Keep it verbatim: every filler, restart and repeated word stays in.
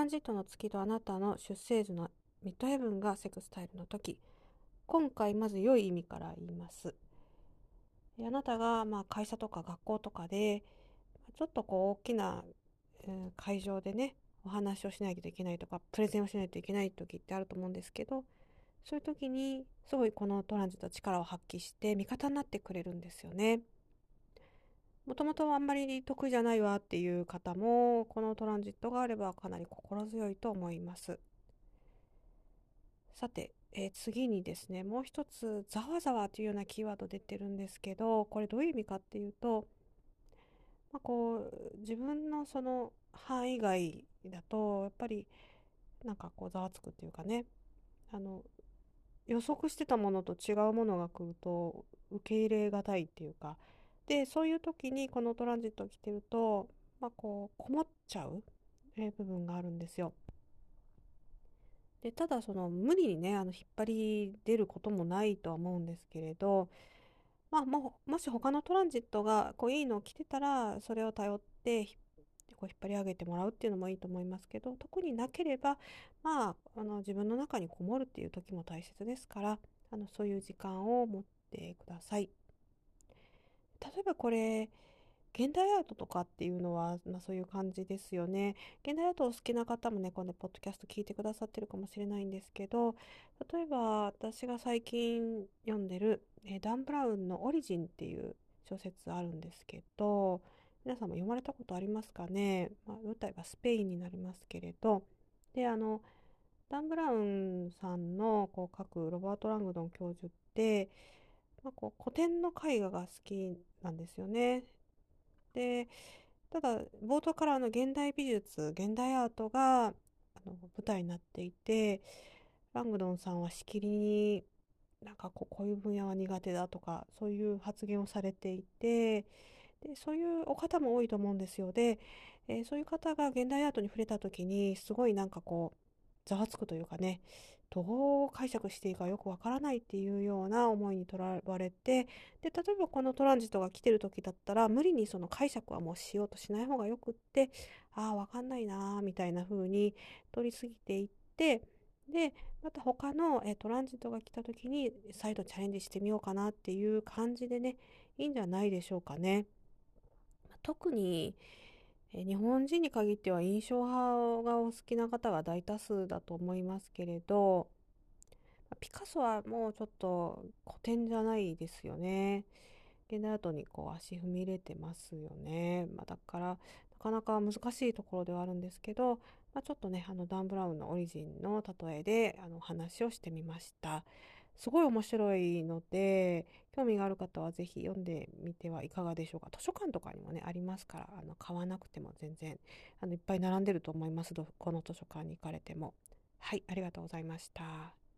ンジットの月とあなたの出生図のミッドヘブンがセクスタイルの時、今回まず良い意味から言います。あなたがまあ会社とか学校とかでちょっとこう大きな、うん、会場でねお話をしないといけないとかプレゼンをしないといけない時ってあると思うんですけど、そういう時にすごいこのトランジットは力を発揮して味方になってくれるんですよね。もともとあんまり得意じゃないわっていう方もこのトランジットがあればかなり心強いと思います。さて、えー次にですね、もう一つ、ざわざわというようなキーワード出てるんですけど、これどういう意味かっていうと、まあ、こう、自分のその範囲外だと、やっぱりなんかこう、ざわつくっていうかね、あの、予測してたものと違うものが来ると、受け入れがたいっていうか、で、そういう時にこのトランジットが来てると、まあ、こう、こもっちゃう、えー部分があるんですよ。で、ただその無理にね、あの引っ張り出ることもないとは思うんですけれど、まあ、ももし他のトランジットがこういいのを着てたら、それを頼ってひこう引っ張り上げてもらうっていうのもいいと思いますけど、特になければ、まあ、あの自分の中にこもるっていう時も大切ですから、あのそういう時間を持ってください。例えばこれ、現代アートとかっていうのは、まあ、そういう感じですよね。現代アートを好きな方もね、このポッドキャスト聞いてくださってるかもしれないんですけど、例えば私が最近読んでる、えーダン・ブラウンのオリジンっていう小説あるんですけど、皆さんも読まれたことありますかね。まあ、舞台はスペインになりますけれど、で、あの、ダン・ブラウンさんのこう書くロバート・ラングドン教授って、まあ、こう古典の絵画が好きなんですよね。で、ただ、冒頭からあの現代美術、現代アートがあの舞台になっていて、ラングドンさんはしきりになんかこう、こういう分野は苦手だとか、そういう発言をされていて、で、そういうお方も多いと思うんですよ。で、えーそういう方が現代アートに触れた時に、すごいなんかこう、ざわつくというかね、どう解釈していいかよくわからないっていうような思いにとらわれて、で、例えばこのトランジットが来てる時だったら、無理にその解釈はもうしようとしない方がよくって、ああ、わかんないなーみたいな風に取り過ぎていって、で、また他の、えートランジットが来た時に再度チャレンジしてみようかなっていう感じでね、いいんじゃないでしょうかね。特に、えー日本人に限っては印象派がお好きな方が大多数だと思いますけれど、ピカソはもうちょっと古典じゃないですよね。現代アートにこう足踏み入れてますよね。まあ、だからなかなか難しいところではあるんですけど、まあ、ちょっとね、あのダン・ブラウンのオリジンの例えであの話をしてみました。すごい面白いので、興味がある方はぜひ読んでみてはいかがでしょうか。図書館とかにもね、ありますから、あの買わなくても全然あのいっぱい並んでると思います。どこの図書館に行かれても。はい、ありがとうございました。